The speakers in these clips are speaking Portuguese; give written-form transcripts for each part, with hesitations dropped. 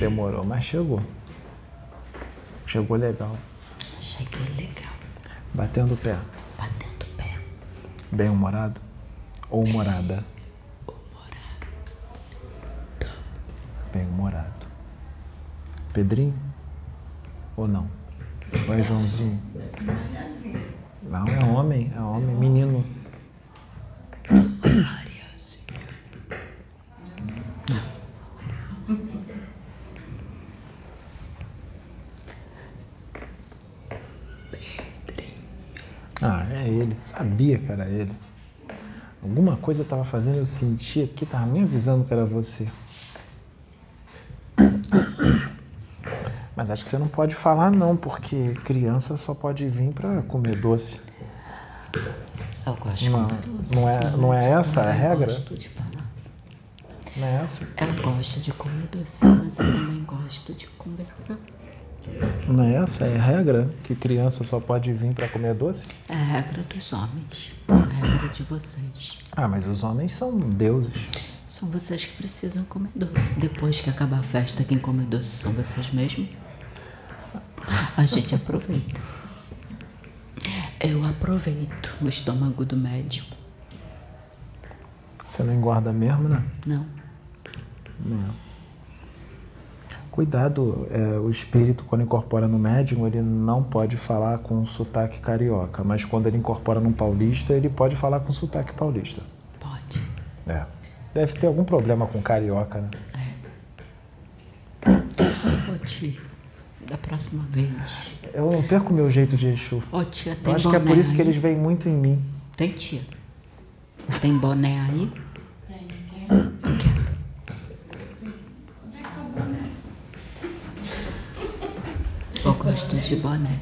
Demorou, mas chegou. Chegou legal. Cheguei legal. Batendo o pé. Batendo o pé. Bem-humorado? Ou humorada? Humorado. Bem-humorado. Pedrinho? Ou não? Ou é Joãozinho? Não, é homem, menino. Ah, é ele. Sabia que era ele. Alguma coisa estava fazendo eu sentir que estava me avisando que era você. Mas acho que você não pode falar não, porque criança só pode vir para comer doce. Eu gosto de comer doce. Não é essa a regra? Eu gosto de falar. Não é essa? Eu gosto de comer doce, mas eu também gosto de conversar. Não é essa a regra? Que criança só pode vir para comer doce? É a regra dos homens. É a regra de vocês. Ah, mas os homens são deuses. São vocês que precisam comer doce. Depois que acabar a festa, quem come doce são vocês mesmos. A gente aproveita. Eu aproveito o estômago do médium. Você não engorda mesmo, né? Não. Não. Cuidado, o espírito, quando incorpora no médium, ele não pode falar com sotaque carioca, mas quando ele incorpora num paulista, ele pode falar com sotaque paulista. Pode. É. Deve ter algum problema com carioca, né? Ô tio, da próxima vez. Eu não perco o meu jeito de Exu. Ô tia, tem Eu acho boné que é por isso aí? que eles veem muito em mim. Tem, tia? Tem boné aí? Tem. Eu quero. Onde é que tá o boné? Eu gosto de boné.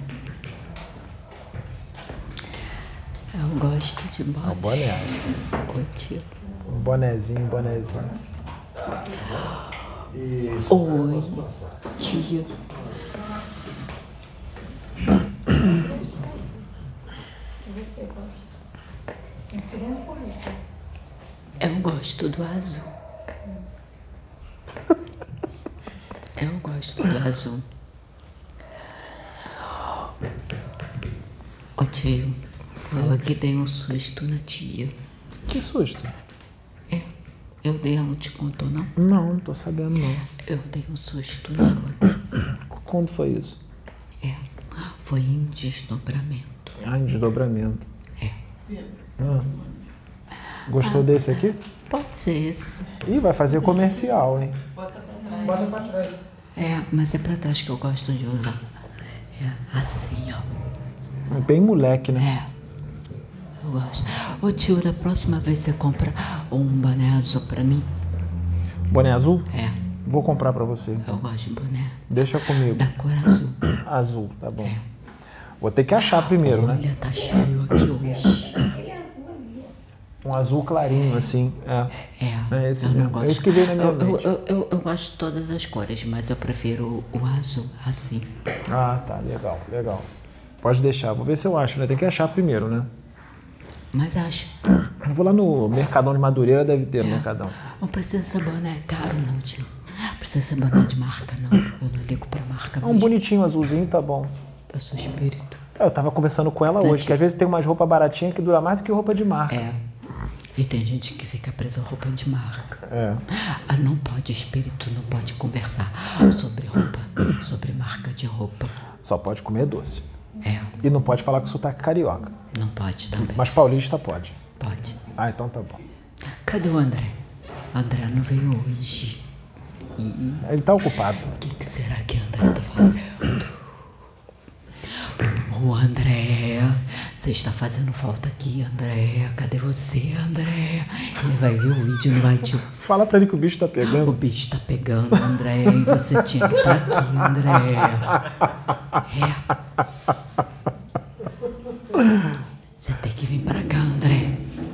Eu gosto de boné. É o boné. Oi, tio. Bonezinho. Oi, tia. Você gosta? Eu gosto do azul. Eu gosto do azul. Ô tio, foi eu que dei um susto na tia. Que susto. É, eu dei, ela não te contou, não? Não tô sabendo não. Eu dei um susto nela. Quando foi isso? É, foi em desdobramento. Ah, em desdobramento. É. Ah. Gostou desse aqui? Pode ser esse. Ih, vai fazer comercial, hein? Bota pra trás. É, mas é pra trás que eu gosto de usar. É assim, ó. Bem moleque, né? É. Eu gosto. Ô tio, da próxima vez você compra um boné azul pra mim? Boné azul? É. Vou comprar pra você. Eu gosto de boné. Deixa comigo. Da cor azul. Azul, tá bom. Vou ter que achar primeiro, né? Olha, tá cheio aqui hoje. Um azul clarinho, assim. É esse eu não mesmo. gosto. É esse que veio na minha mente. Eu gosto de todas as cores, mas eu prefiro o azul, assim. Ah, tá. Legal. Pode deixar. Vou ver se eu acho, né? Tem que achar primeiro, né? Mas acho. Eu vou lá no Mercadão de Madureira, deve ter no Mercadão. Não precisa ser boné caro, não, tio. Precisa ser boné de marca, não. Eu não ligo pra marca Um mesmo. bonitinho azulzinho, tá bom. Eu sou espírito. Eu tava conversando com ela hoje, que às vezes tem umas roupas baratinhas que dura mais do que roupa de marca. É. E tem gente que fica presa a roupa de marca. É. Ah, não pode, espírito não pode conversar sobre roupa, sobre marca de roupa. Só pode comer doce. É, E não pode falar com sotaque carioca. não pode também. Mas paulista pode. Pode. Ah, então tá bom. Cadê o André? André não veio hoje. Ele tá ocupado. O que será que o André tá fazendo? Ô, André, você está fazendo falta aqui, André. Cadê você, André? Ele vai ver o vídeo, não vai, tio? Fala pra ele que o bicho tá O pegando. bicho tá pegando, André, e você tinha que estar aqui, André. É. Você tem que vir pra cá, André.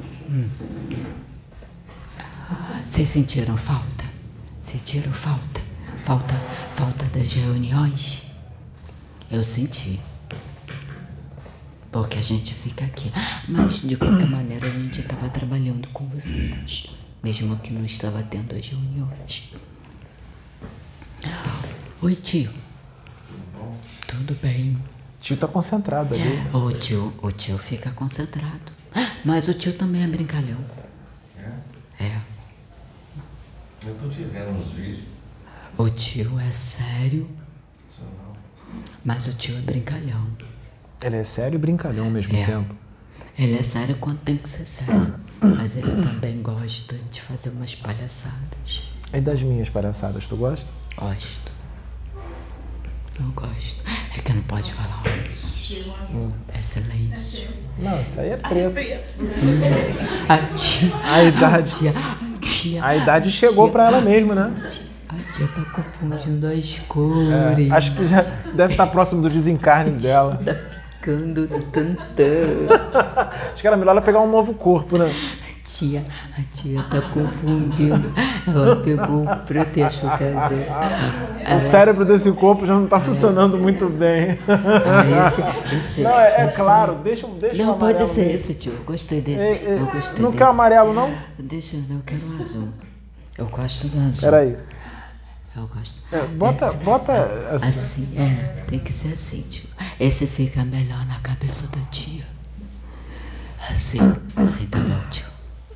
Vocês sentiram falta? Sentiram falta? Falta das reuniões? Eu senti. Porque a gente fica aqui. Mas, de qualquer maneira, a gente estava trabalhando com vocês. Mesmo que não estava tendo as reuniões. Oi, tio. Tudo bem? Tio tá concentrado ali. O tio fica concentrado. Mas o tio também é brincalhão. É. Eu tô te vendo nos vídeos. O tio é sério, mas o tio é brincalhão. Ele é sério e brincalhão ao mesmo tempo. Ele é sério quando tem que ser sério, mas ele também gosta de fazer umas palhaçadas. E das minhas palhaçadas, tu gosta? Gosto. Eu gosto. É que não pode falar. É silêncio. Não, isso aí é preto. A tia, A idade, a idade chegou pra ela mesma, né? a tia tá confundindo as cores. Acho que já deve estar próximo do desencarne dela. Tá ficando tantã. Acho que era melhor ela pegar um novo corpo, né? A tia tá confundindo. Ela pegou o preto e achou que era azul. O cérebro desse corpo já não tá funcionando muito bem. Esse, Não, é esse- claro, deixa o Não, amarelo pode ser mesmo. esse, tio. Eu gostei desse. Eu gostei Não desse. quer o amarelo, não? Deixa, eu quero o azul. Eu gosto do azul. Peraí. Eu gosto. Bota assim. Assim, tem que ser assim, tio. Esse fica melhor na cabeça da tia. Assim tá bom, tio.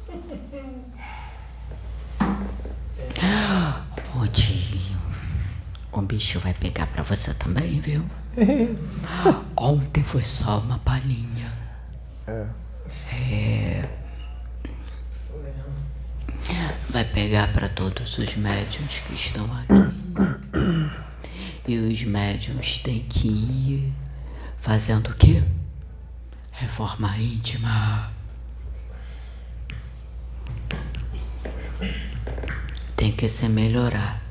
Ô tio, o bicho vai pegar pra você também, viu? Ontem foi só uma palhinha. Vai pegar pra todos os médiuns que estão aqui. E os médiuns têm que ir fazendo o quê? Reforma íntima. Tem que se melhorar.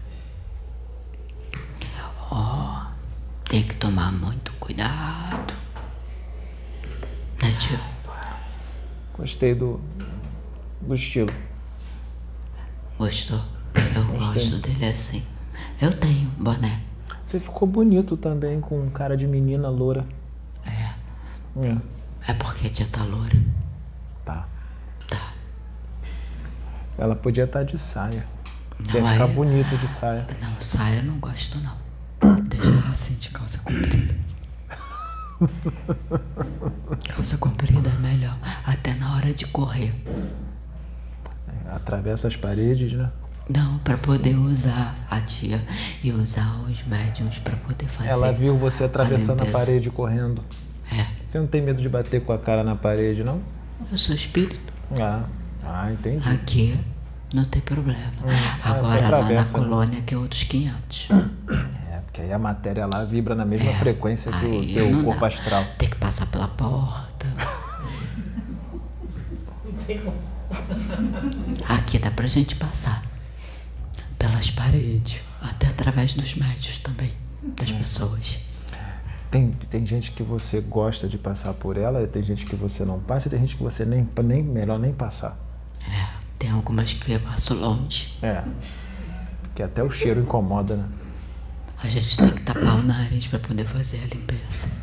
Tem que tomar muito cuidado. Né, tio? Gostei do estilo. Gostou? Eu gosto dele assim. Eu tenho boné. Você ficou bonito também com cara de menina loura. É porque a tia tá loura. Tá. Tá. Ela podia estar de saia. Você Não, ia ficar aí- bonito de saia. Não, saia eu não gosto não. Deixa ela assim de calça comprida. Calça comprida é melhor. Até na hora de correr. Atravessa as paredes, né? Não, pra poder usar a tia e usar os médiums pra poder fazer. Ela viu você atravessando a limpeza. parede correndo. Você não tem medo de bater com a cara na parede, não? Eu sou espírito. Entendi. Aqui não tem problema. Agora até lá na atravessa, né? colônia que é outros 500. Porque aí a matéria lá vibra na mesma frequência que o Aí teu não corpo dá. astral. Tem que passar pela porta. Aqui dá pra gente passar pelas paredes, até através dos médios também, das pessoas. Tem gente que você gosta de passar por ela, tem gente que você não passa, e tem gente que você nem melhor nem passar. Tem algumas que eu passo longe. Que até o cheiro incomoda, né? A gente tem que tapar o nariz pra poder fazer a limpeza.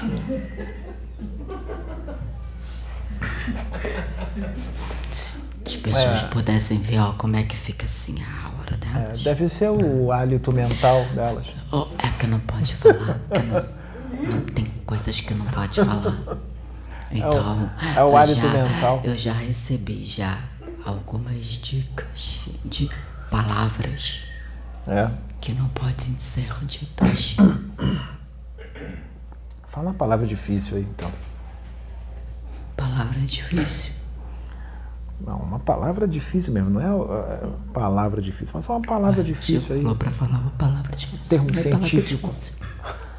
Se as pessoas pudessem ver, ó, como é que fica assim a aura delas. Deve ser o hálito mental delas. É que não pode falar. Não tem coisas que não pode falar. Então, é o hálito mental. Eu já recebi algumas dicas de palavras que não podem ser ditas. Fala uma palavra difícil aí, então. Palavra difícil. Não, uma palavra difícil mesmo, não é palavra difícil. Fala só uma palavra difícil aí. Falou pra falar uma palavra difícil. Termo Não é palavra científico. difícil.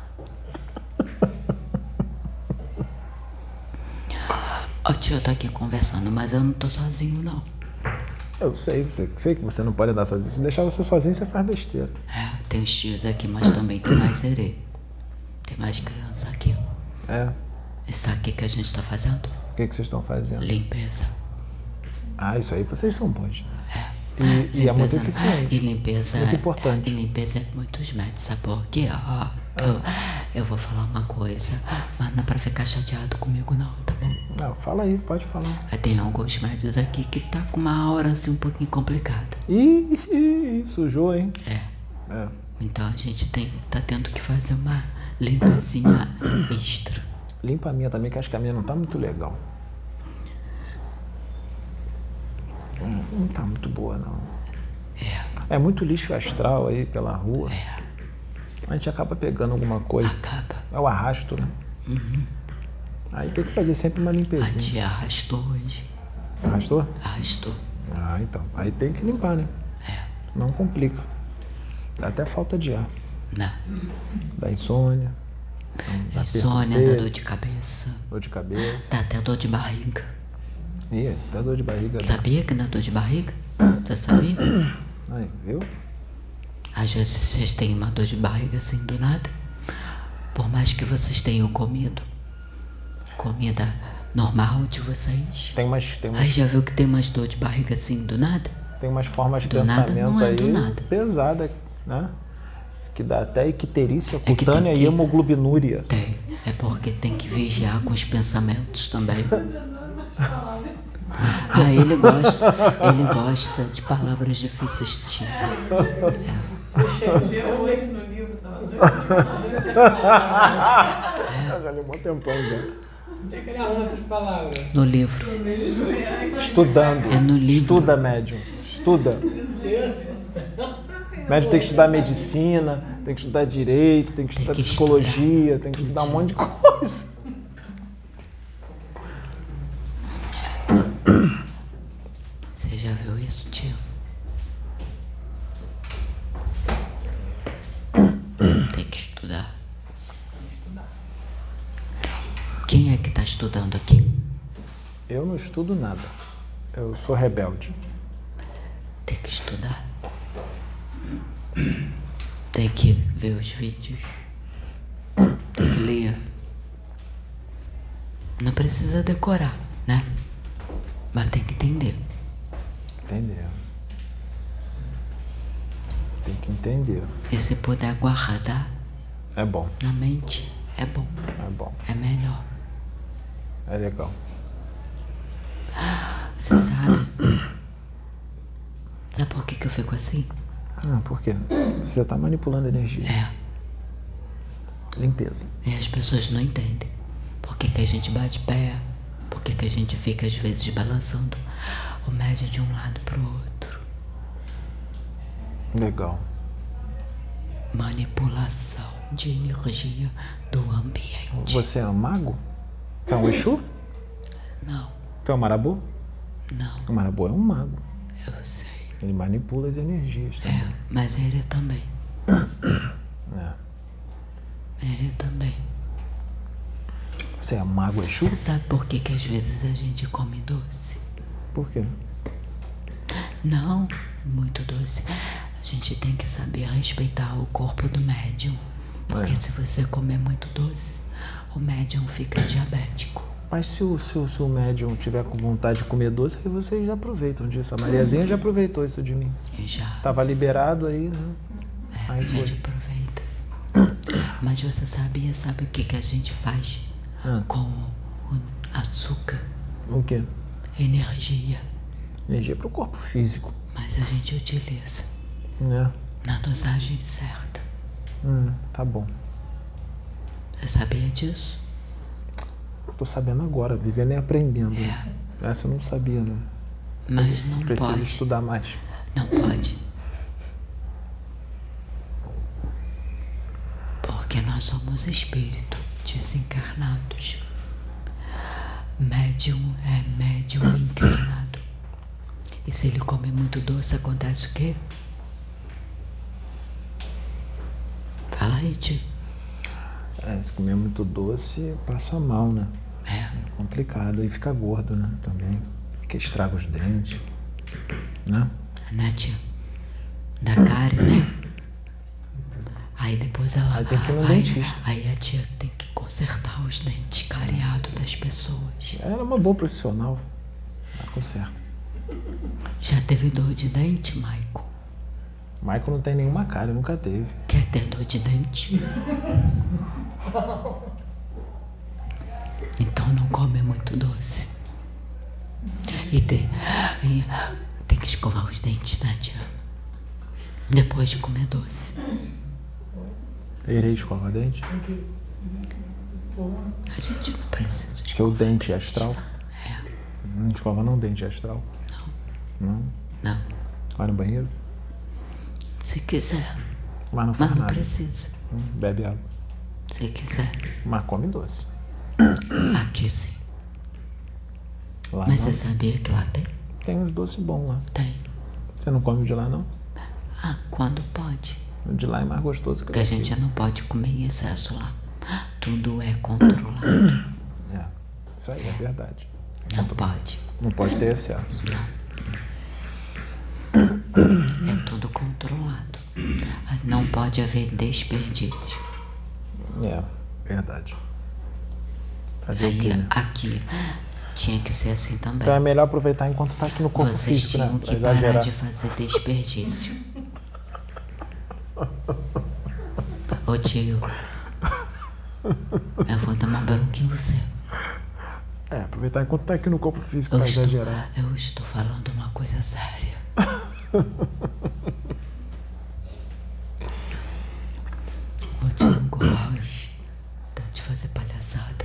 Ó, tio, eu tô aqui conversando, mas eu não tô sozinho, não. Eu sei que você não pode andar sozinho. Se deixar você sozinho, você faz besteira. Tem os tios aqui, mas também tem mais serê. Tem mais criança aqui. E sabe o que a gente tá fazendo? O que vocês estão fazendo? Limpeza. Isso aí vocês são bons. E é muito eficiente. E limpeza muito importante. E limpeza é com muitos médicos, sabe por quê? Eu vou falar uma coisa, mas não é pra ficar chateado comigo não, tá bom? Não, fala aí, pode falar. Tem alguns médicos aqui que tá com uma aura assim um pouquinho complicada. Ih, sujou, hein? Então a gente tá tendo que fazer uma limpezinha extra. Limpa a minha também, que acho que a minha não tá muito legal. Não tá muito boa, não. É muito lixo astral aí pela rua. A gente acaba pegando alguma coisa. Acaba. É o arrasto, né? Aí tem que fazer sempre uma A limpezinha. tia arrastou hoje. Arrastou? Arrastou. Ah, então. Aí tem que limpar, né? Não complica. Dá até falta de ar. Não. Dá insônia. Dá Insônia, aperto dá de dor de cabeça. dor de cabeça. Dá até dor de barriga. Ih, até dor de barriga. Sabia que dá dor de barriga? Você sabia? Aí, viu? Às vezes vocês têm uma dor de barriga assim do nada. Por mais que vocês tenham comido comida normal de vocês. Tem umas Aí já viu que tem umas dor de barriga assim do nada? formas de Do nada, pensamento não é aí do nada. pesada, né? Que dá até icterícia que cutânea tem e que- hemoglobinúria. Tem. É porque tem que vigiar com os pensamentos também. Ah, ele gosta de palavras difíceis, tia. Deu hoje no livro, tava Já levou um tempão já. Onde é que ele arruma essas palavras? No livro. Estudando. É no livro. Estuda, médium. Estuda. Médium tem que estudar medicina, tem que estudar direito, tem que estudar que psicologia, tem que estudar um monte de coisa. Você já viu isso, tio? Tem que estudar. Quem é que tá estudando aqui? Eu não estudo nada. Eu sou rebelde. Tem que estudar. Tem que ver os vídeos. Tem que ler. Não precisa decorar, né? Mas tem que entender. Entendeu? Tem que entender. E se puder guardar É bom, na mente, é bom. é bom, É melhor. é legal. Você sabe? Sabe por que eu fico assim? Ah, por quê? Você tá manipulando energia. É. Limpeza. E as pessoas não entendem. Por que a gente bate pé? Por que a gente fica às vezes balançando o médio de um lado pro outro? Legal. Manipulação de energia do ambiente. Você é um mago? Tu é um Exu? Não, Tu é um Marabu? não, O Marabu é um mago. eu sei. Ele manipula as energias também. É, mas ele também. É. Ele também. Você é mago Exu? Você sabe por que às vezes a gente come doce? Por quê? Não, muito doce. A gente tem que saber respeitar o corpo do médium. Porque se você comer muito doce, o médium fica diabético. Mas se o médium tiver com vontade de comer doce, aí vocês já aproveitam disso. A Mariazinha já aproveitou isso de mim. E já, Tava liberado aí, né? Aí a gente foi. aproveita. Mas você sabe o que a gente faz Ah. com o açúcar? O quê? Energia. Energia pro corpo físico, Mas a gente utiliza né? na dosagem certa. Tá bom. Você sabia disso? Tô sabendo agora, vivendo e aprendendo. Né? Essa eu não sabia, né? Mas não Preciso pode. estudar mais. Não pode. Porque nós somos espíritos desencarnados. Médium é médium encarnado. E se ele come muito doce, acontece o quê? Fala aí, tio. Se comer muito doce, passa mal, né? É. Complicado. E fica gordo, né? Também. Que estraga os dentes. Né? Né, tia? Da cárie, né? Aí depois ela... Aí tem que ir no dentista. Aí a tia tem que consertar os dentes cariados das pessoas. Ela é uma boa profissional. Ela conserta. Já teve dor de dente, Maico? Michael não tem nenhuma cárie, nunca teve. Quer ter dor de dente? Então não come muito doce. E tem que escovar os dentes, né, tia? Depois de comer doce. Irei escovar dente? A gente não precisa de Seu dente astral? Não escova não, dente astral? Não? Não. Vai no banheiro? Se quiser. Mas não Mas faz não nada. precisa. Bebe água. Se quiser. Mas come doce. Aqui sim. Lá Mas não. você sabia que lá tem? Tem uns doces bons lá. Tem. Você não come o de lá, não? Ah, quando pode. O de lá é mais gostoso que o Porque a daqui. gente não pode comer em excesso lá. Tudo é controlado. É, isso aí é verdade. Não pode. Não pode ter excesso. É tudo controlado. Não pode haver desperdício. É, verdade. Fazer o Aí quê, né? aqui tinha que ser assim também. Então é melhor aproveitar enquanto tá aqui no corpo Vocês físico, né? tinham Pra que parar exagerar. de fazer desperdício. Ô tio, eu vou tomar bronca em você. É, aproveitar enquanto tá aqui no corpo físico pra exagerar. Eu estou falando uma coisa séria. O tio gosta de fazer palhaçada.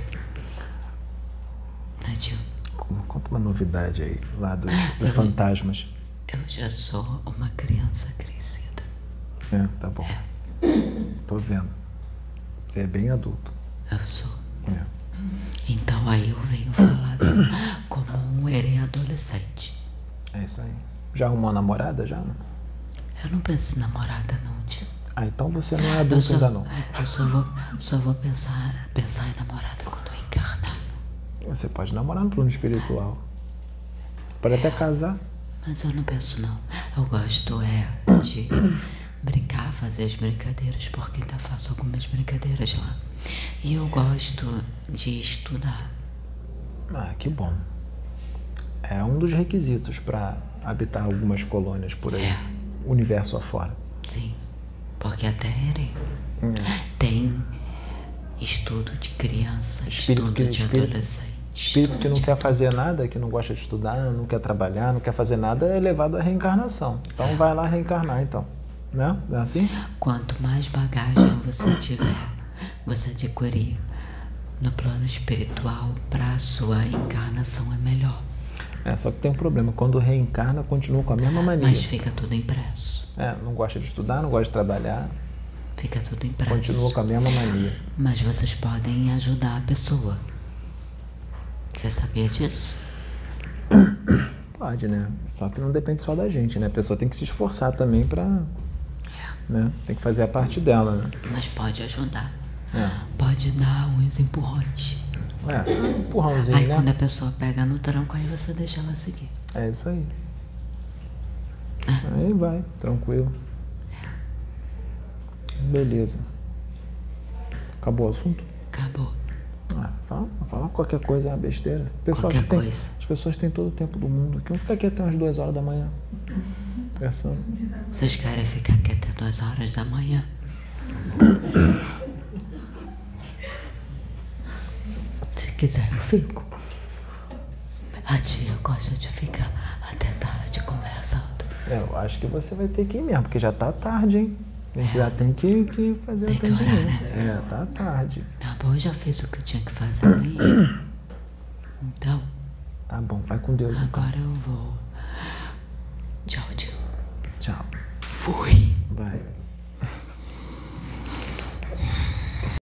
Né, tio? Conta uma novidade aí, lá dos fantasmas. Eu já sou uma criança crescida. É, tá bom. Tô vendo. Você é bem adulto. Eu sou. É. Então aí eu venho falar assim, como um herê adolescente. É isso aí. Já arrumou a namorada, já? Eu não penso em namorada não, tio. Ah, então você não é adulto ainda não. Eu só vou pensar em namorada quando eu encarnar. Você pode namorar no plano espiritual. Pode até casar. Mas eu não penso não. Eu gosto de brincar, fazer as brincadeiras, porque ainda faço algumas brincadeiras lá. E eu gosto de estudar. Ah, que bom. É um dos requisitos para habitar algumas colônias por aí. É. Universo afora. Sim, porque até herê. Tem estudo de criança, estudo de adolescente. Espírito que não quer fazer nada, que não gosta de estudar, não quer trabalhar, não quer fazer nada, é levado à reencarnação. Então vai lá reencarnar, então. Né? Não é assim? Quanto mais bagagem você tiver, você adquirir no plano espiritual, para a sua encarnação é melhor. É, só que tem um problema. Quando reencarna, continua com a mesma mania. Mas fica tudo impresso. É, não gosta de estudar, não gosta de trabalhar, Fica tudo impresso. continua com a mesma mania. Mas vocês podem ajudar a pessoa. Você sabia disso? Pode, né? Só que não depende só da gente, né? A pessoa tem que se esforçar também pra... Né? Tem que fazer a parte dela, né? Mas pode ajudar. É. Pode dar uns empurrões. É, empurrãozinho, Aí né? quando a pessoa pega no tranco, aí você deixa ela seguir. É isso aí. Aí vai, tranquilo. Beleza. Acabou o assunto? Acabou. Ah, fala qualquer coisa, é uma besteira. Pessoal, Qualquer que tem, coisa. as pessoas têm todo o tempo do mundo. Que vão ficar aqui até umas 2 horas da manhã. Conversando. Vocês querem ficar aqui até 2 horas da manhã? Se quiser, eu fico. A tia gosta de ficar até tarde conversando. É, eu acho que você vai ter que ir mesmo, porque já tá tarde, hein? A gente já tem que fazer Tem que orar, atendimento. né? É, tá tarde. Tá bom, eu já fiz o que eu tinha que fazer aí. Então, Tá bom, vai com Deus. agora eu vou. Tchau, tio. Tchau. Fui.